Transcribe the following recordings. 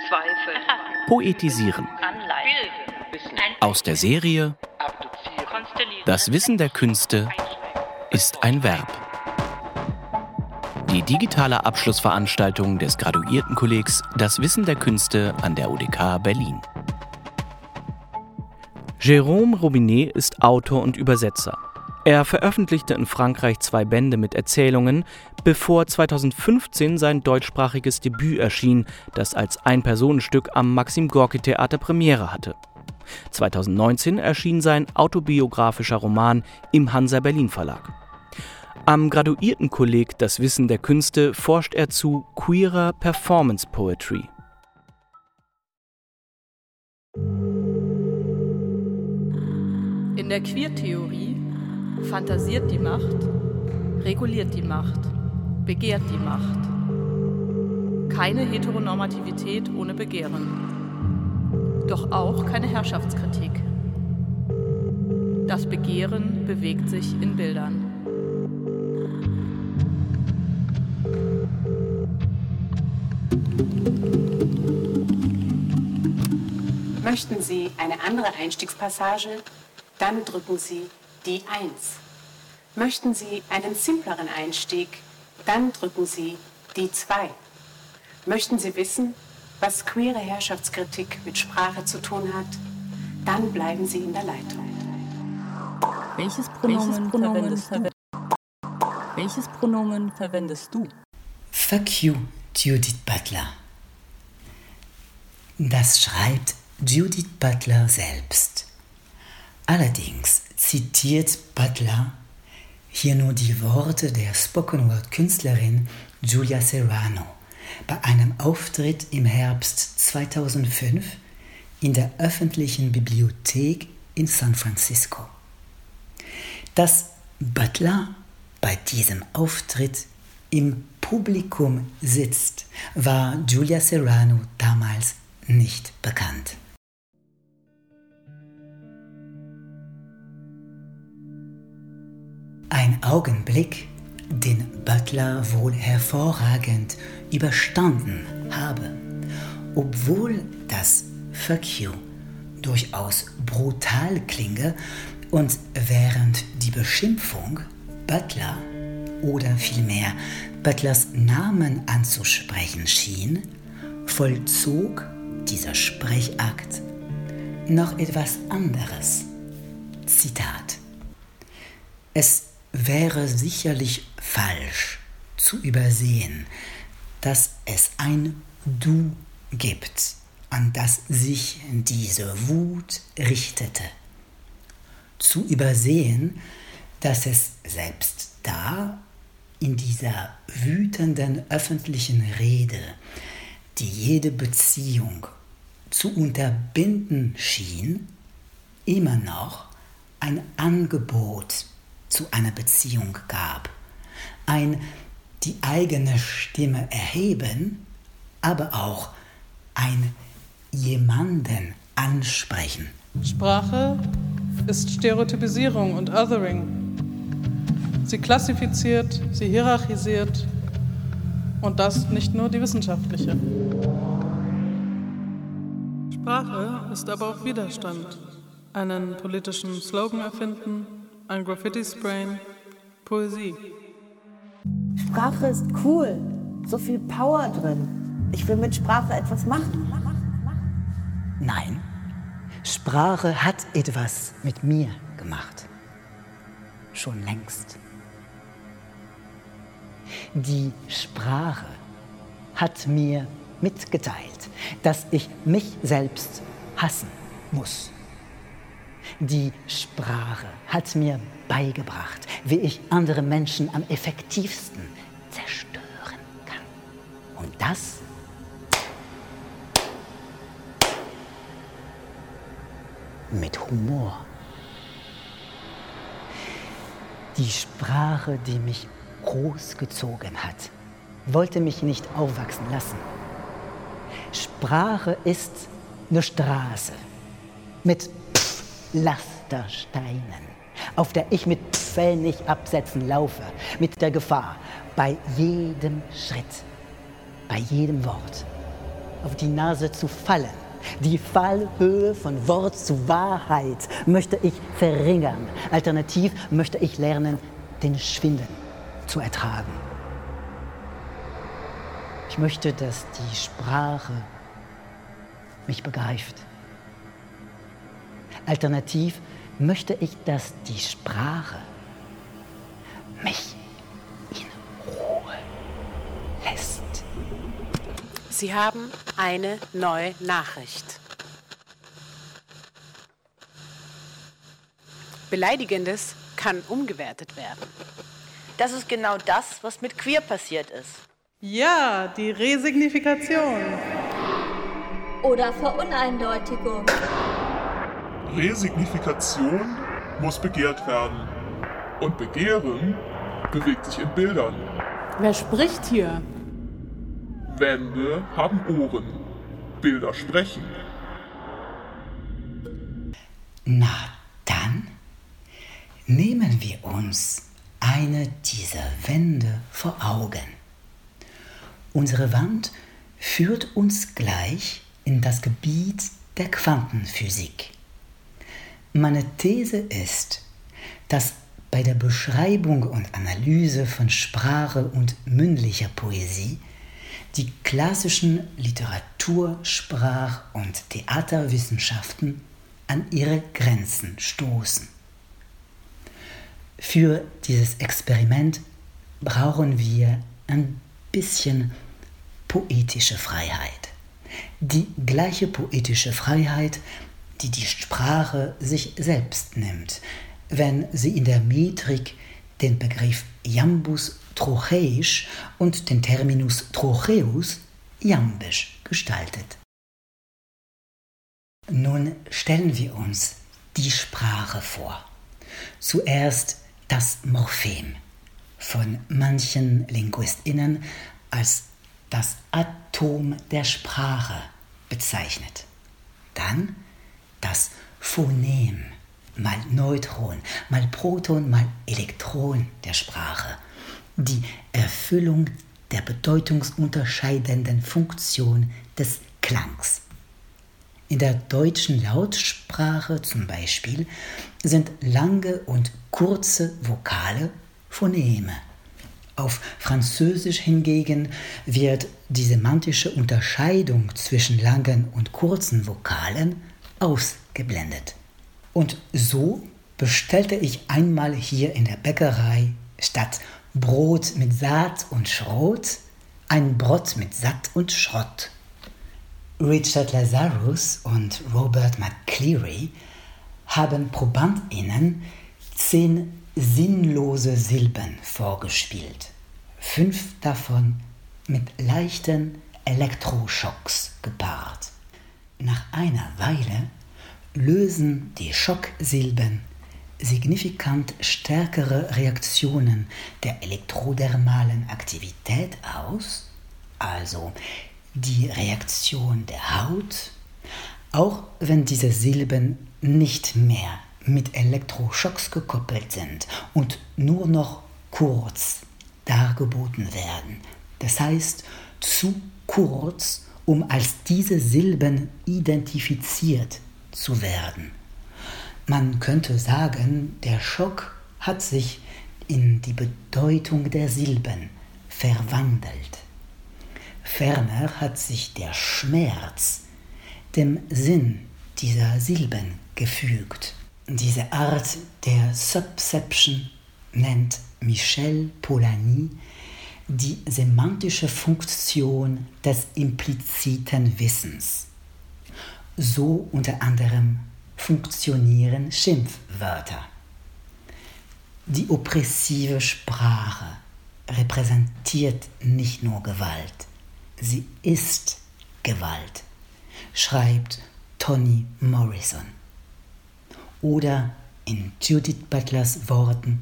Zweifel, Poetisieren. Aus der Serie Das Wissen der Künste ist ein Verb. Die digitale Abschlussveranstaltung des Graduiertenkollegs Das Wissen der Künste an der UDK Berlin. Jérôme Robinet ist Autor und Übersetzer. Er veröffentlichte in Frankreich 2 Bände mit Erzählungen, bevor 2015 sein deutschsprachiges Debüt erschien, das als Ein-Personen-Stück am Maxim-Gorki-Theater Premiere hatte. 2019 erschien sein autobiografischer Roman im Hansa Berlin Verlag. Am Graduiertenkolleg Das Wissen der Künste forscht er zu queerer Performance Poetry. In der Queertheorie fantasiert die Macht, reguliert die Macht, begehrt die Macht. Keine Heteronormativität ohne Begehren. Doch auch keine Herrschaftskritik. Das Begehren bewegt sich in Bildern. Möchten Sie eine andere Einstiegspassage? Dann drücken Sie die 1. Möchten Sie einen simpleren Einstieg? Dann drücken Sie die 2. Möchten Sie wissen, was queere Herrschaftskritik mit Sprache zu tun hat? Dann bleiben Sie in der Leitung. Welches Pronomen verwendest du? Fuck you, Judith Butler. Das schreibt Judith Butler selbst. Allerdings zitiert Butler hier nur die Worte der Spoken-Word-Künstlerin Julia Serrano bei einem Auftritt im Herbst 2005 in der öffentlichen Bibliothek in San Francisco. Dass Butler bei diesem Auftritt im Publikum sitzt, war Julia Serrano damals nicht bekannt. Ein Augenblick, den Butler wohl hervorragend überstanden habe, obwohl das Fuck you durchaus brutal klinge und während die Beschimpfung Butler oder vielmehr Butlers Namen anzusprechen schien, vollzog dieser Sprechakt noch etwas anderes. Zitat: Es wäre sicherlich falsch zu übersehen, dass es ein Du gibt, an das sich diese Wut richtete. Zu übersehen, dass es selbst da, in dieser wütenden öffentlichen Rede, die jede Beziehung zu unterbinden schien, immer noch ein Angebot zu einer Beziehung gab. Ein die eigene Stimme erheben, aber auch ein jemanden ansprechen. Sprache ist Stereotypisierung und Othering. Sie klassifiziert, sie hierarchisiert und das nicht nur die wissenschaftliche. Sprache ist aber auch Widerstand. Einen politischen Slogan erfinden, ein Graffiti sprayen, Poesie. Sprache ist cool, so viel Power drin. Ich will mit Sprache etwas machen. Nein, Sprache hat etwas mit mir gemacht. Schon längst. Die Sprache hat mir mitgeteilt, dass ich mich selbst hassen muss. Die Sprache hat mir beigebracht, wie ich andere Menschen am effektivsten zerstören kann. Und das mit Humor. Die Sprache, die mich großgezogen hat, wollte mich nicht aufwachsen lassen. Sprache ist eine Straße mit Lastersteinen, auf der ich mit Pfennig absetzen laufe, mit der Gefahr, bei jedem Schritt, bei jedem Wort auf die Nase zu fallen. Die Fallhöhe von Wort zu Wahrheit möchte ich verringern. Alternativ möchte ich lernen, den Schwindel zu ertragen. Ich möchte, dass die Sprache mich begreift. Alternativ möchte ich, dass die Sprache mich in Ruhe lässt. Sie haben eine neue Nachricht. Beleidigendes kann umgewertet werden. Das ist genau das, was mit queer passiert ist. Ja, die Resignifikation. Oder Veruneindeutigung. Resignifikation muss begehrt werden. Und Begehren bewegt sich in Bildern. Wer spricht hier? Wände haben Ohren. Bilder sprechen. Na dann nehmen wir uns eine dieser Wände vor Augen. Unsere Wand führt uns gleich in das Gebiet der Quantenphysik. Meine These ist, dass bei der Beschreibung und Analyse von Sprache und mündlicher Poesie die klassischen Literatur-, Sprach- und Theaterwissenschaften an ihre Grenzen stoßen. Für dieses Experiment brauchen wir ein bisschen poetische Freiheit. Die gleiche poetische Freiheit, die die Sprache sich selbst nimmt, wenn sie in der Metrik den Begriff Iambus trocheisch und den Terminus trocheus iambisch gestaltet. Nun stellen wir uns die Sprache vor. Zuerst das Morphem, von manchen LinguistInnen als das Atom der Sprache bezeichnet. Dann das Phonem, mal Neutron, mal Proton, mal Elektron der Sprache. Die Erfüllung der bedeutungsunterscheidenden Funktion des Klangs. In der deutschen Lautsprache zum Beispiel sind lange und kurze Vokale Phoneme. Auf Französisch hingegen wird die semantische Unterscheidung zwischen langen und kurzen Vokalen ausgeblendet. Und so bestellte ich einmal hier in der Bäckerei statt Brot mit Saat und Schrot ein Brot mit Satt und Schrott. Richard Lazarus und Robert McCleary haben ProbandInnen 10 sinnlose Silben vorgespielt. 5 davon mit leichten Elektroschocks gepaart. Nach einer Weile lösen die Schocksilben signifikant stärkere Reaktionen der elektrodermalen Aktivität aus, also die Reaktion der Haut, auch wenn diese Silben nicht mehr mit Elektroschocks gekoppelt sind und nur noch kurz dargeboten werden. Das heißt, zu kurz, um als diese Silben identifiziert zu werden. Man könnte sagen, der Schock hat sich in die Bedeutung der Silben verwandelt. Ferner hat sich der Schmerz dem Sinn dieser Silben gefügt. Diese Art der Subception nennt Michel Polanyi die semantische Funktion des impliziten Wissens. So unter anderem funktionieren Schimpfwörter. Die oppressive Sprache repräsentiert nicht nur Gewalt, sie ist Gewalt, schreibt Toni Morrison. Oder in Judith Butlers Worten: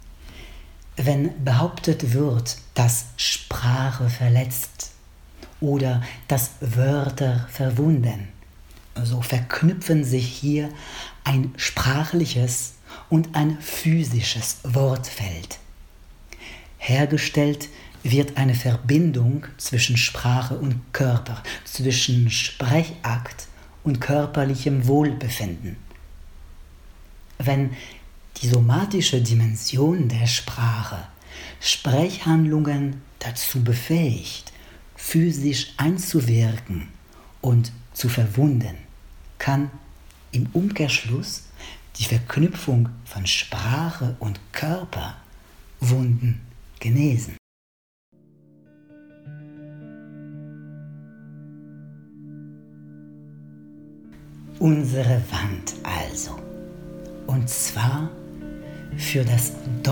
Wenn behauptet wird, dass Sprache verletzt oder dass Wörter verwunden, so verknüpfen sich hier ein sprachliches und ein physisches Wortfeld. Hergestellt wird eine Verbindung zwischen Sprache und Körper, zwischen Sprechakt und körperlichem Wohlbefinden. Wenn die somatische Dimension der Sprache Sprechhandlungen dazu befähigt, physisch einzuwirken und zu verwunden, kann im Umkehrschluss die Verknüpfung von Sprache und Körper Wunden genesen. Unsere Wand also. Und zwar für das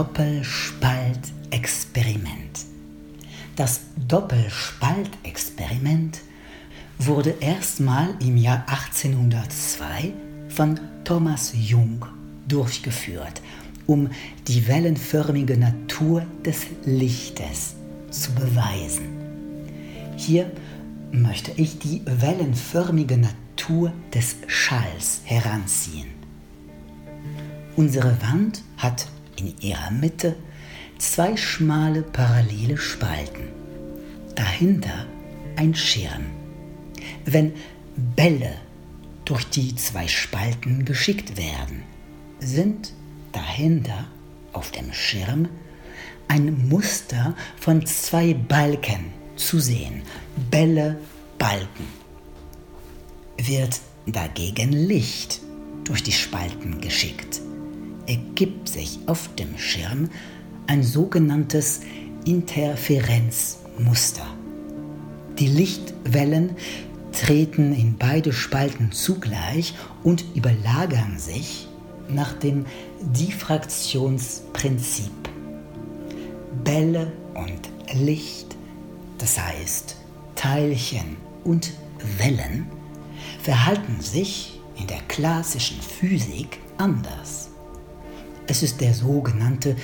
Doppelspaltexperiment. Das Doppelspaltexperiment wurde erstmal im Jahr 1802 von Thomas Young durchgeführt, um die wellenförmige Natur des Lichtes zu beweisen. Hier möchte ich die wellenförmige Natur des Schalls heranziehen. Unsere Wand hat in ihrer Mitte 2 schmale parallele Spalten. Dahinter ein Schirm. Wenn Bälle durch die 2 Spalten geschickt werden, sind dahinter auf dem Schirm ein Muster von 2 Balken zu sehen. Bälle, Balken. Wird dagegen Licht durch die Spalten geschickt, ergibt sich auf dem Schirm ein sogenanntes Interferenzmuster. Die Lichtwellen treten in beide Spalten zugleich und überlagern sich nach dem Diffraktionsprinzip. Bälle und Licht, das heißt Teilchen und Wellen, verhalten sich in der klassischen Physik anders. Es ist der sogenannte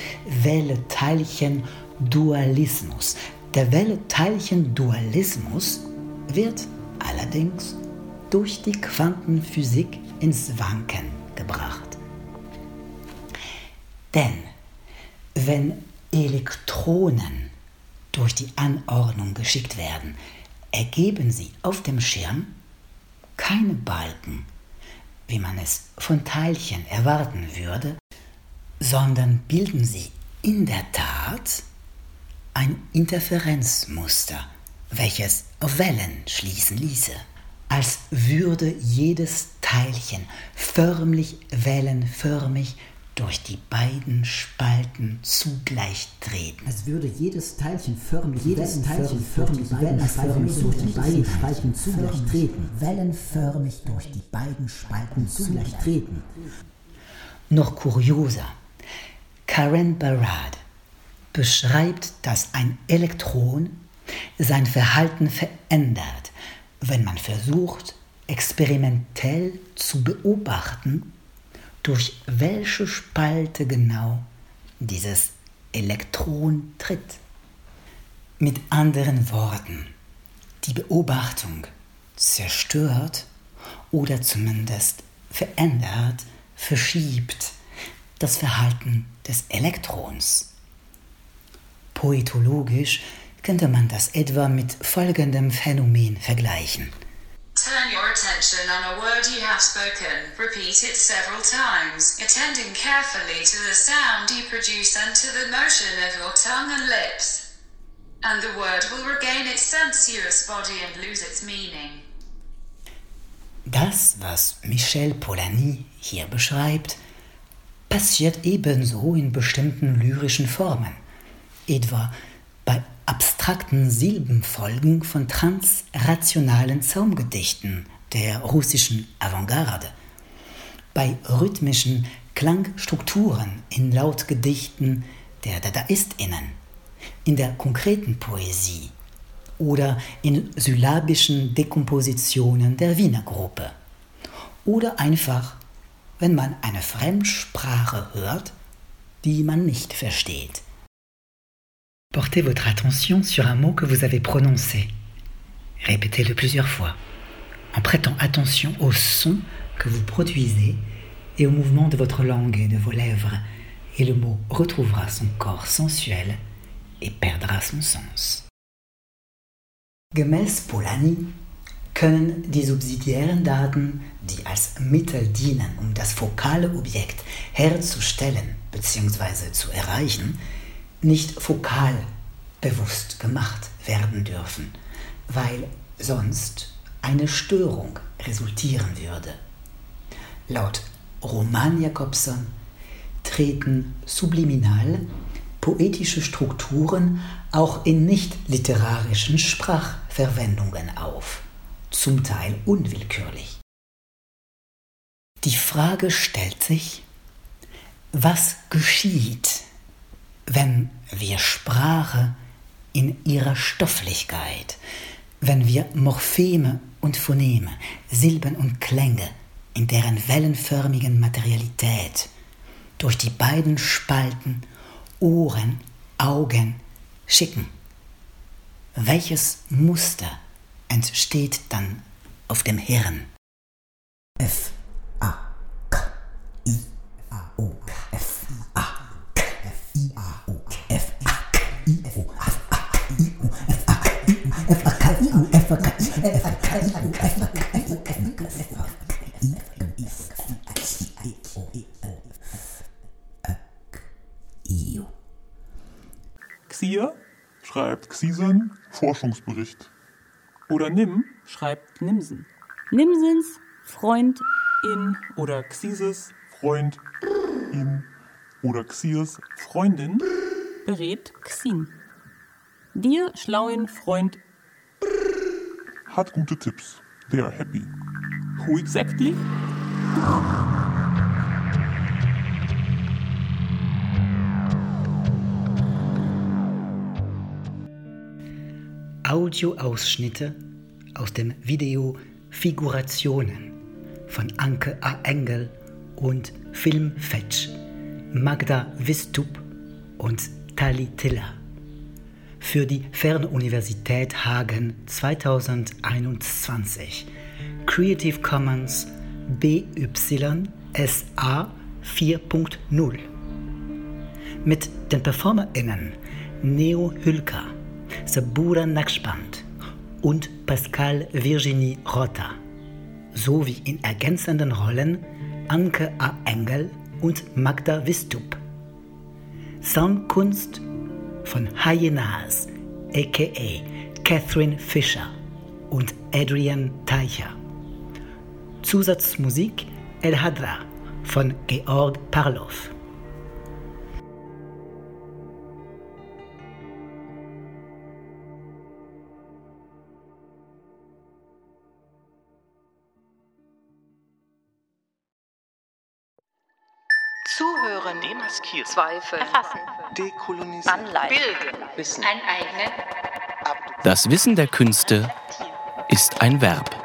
Welle-Teilchen-Dualismus. Der Welle-Teilchen-Dualismus wird allerdings durch die Quantenphysik ins Wanken gebracht. Denn wenn Elektronen durch die Anordnung geschickt werden, ergeben sie auf dem Schirm keine Balken, wie man es von Teilchen erwarten würde, sondern bilden sie in der Tat ein Interferenzmuster, welches auf Wellen schließen ließe, als würde jedes Teilchen förmlich wellenförmig durch die beiden Spalten zugleich treten. Als würde jedes Teilchen förmlich wellenförmig durch die beiden Spalten zugleich treten. Wellenförmig durch die beiden Spalten zugleich treten. Noch kurioser. Karen Barad beschreibt, dass ein Elektron sein Verhalten verändert, wenn man versucht, experimentell zu beobachten, durch welche Spalte genau dieses Elektron tritt. Mit anderen Worten, die Beobachtung zerstört oder zumindest verändert, verschiebt das Verhalten des Elektrons. Poetologisch könnte man das etwa mit folgendem Phänomen vergleichen. Turn your attention on a word you have spoken, repeat it several times, attending carefully to the sound you produce and to the motion of your tongue and lips. And the word will regain its sensuous body and lose its meaning. Das, was Michel Polanyi hier beschreibt, passiert ebenso in bestimmten lyrischen Formen, etwa bei abstrakten Silbenfolgen von transrationalen Zaumgedichten der russischen Avantgarde, bei rhythmischen Klangstrukturen in Lautgedichten der DadaistInnen, in der konkreten Poesie oder in syllabischen Dekompositionen der Wiener Gruppe oder einfach, wenn man eine Fremdsprache hört, die man nicht versteht. Portez votre attention sur un mot que vous avez prononcé. Répétez-le plusieurs fois, en prêtant attention au son que vous produisez et au mouvement de votre langue et de vos lèvres, et le mot retrouvera son corps sensuel et perdra son sens. Gemäß Polanyi können die subsidiären Daten, die als Mittel dienen, um das fokale Objekt herzustellen bzw. zu erreichen, nicht fokal bewusst gemacht werden dürfen, weil sonst eine Störung resultieren würde. Laut Roman Jakobson treten subliminal poetische Strukturen auch in nicht-literarischen Sprachverwendungen auf, zum Teil unwillkürlich. Die Frage stellt sich, was geschieht, wenn wir Sprache in ihrer Stofflichkeit, wenn wir Morpheme und Phoneme, Silben und Klänge in deren wellenförmigen Materialität durch die beiden Spalten Ohren, Augen schicken. Welches Muster entsteht dann auf dem Hirn? F, A, K, I, A, O, F, A, K, F, I, A, O, F, A, K, I, O, F, A, I, O, F, A, K, I, O, F, A, K, I, O, F, A, K, I, O, F, A, K, I, O, F, A, K, I, O, F, A, K, I, O, F, A, Xia schreibt Xisen Forschungsbericht. Oder Nim schreibt Nimsen. Nimsens Freund in oder Xises Freund in oder Xies Freundin berät Xin. Dir schlauen Freund hat gute Tipps. They are happy. Who exactly? Audioausschnitte aus dem Video Figurationen von Anke A. Engel und Filmfetch, Magda Wistup und Tali Tiller für die Fernuniversität Hagen 2021. Creative Commons BY-SA 4.0 mit den PerformerInnen Neo Hülker, Sabura Naqshband und Pascal Virginie Rota, sowie in ergänzenden Rollen Anke A. Engel und Magda Wistup. Soundkunst von Hyenas aka Catherine Fisher und Adrian Teicher. Zusatzmusik El Hadra von Georg Parlow. Zuhören, demaskieren, Zweifel, erfassen, dekolonisieren, anleiten, bilden, wissen, aneignen. Das Wissen der Künste ist ein Verb.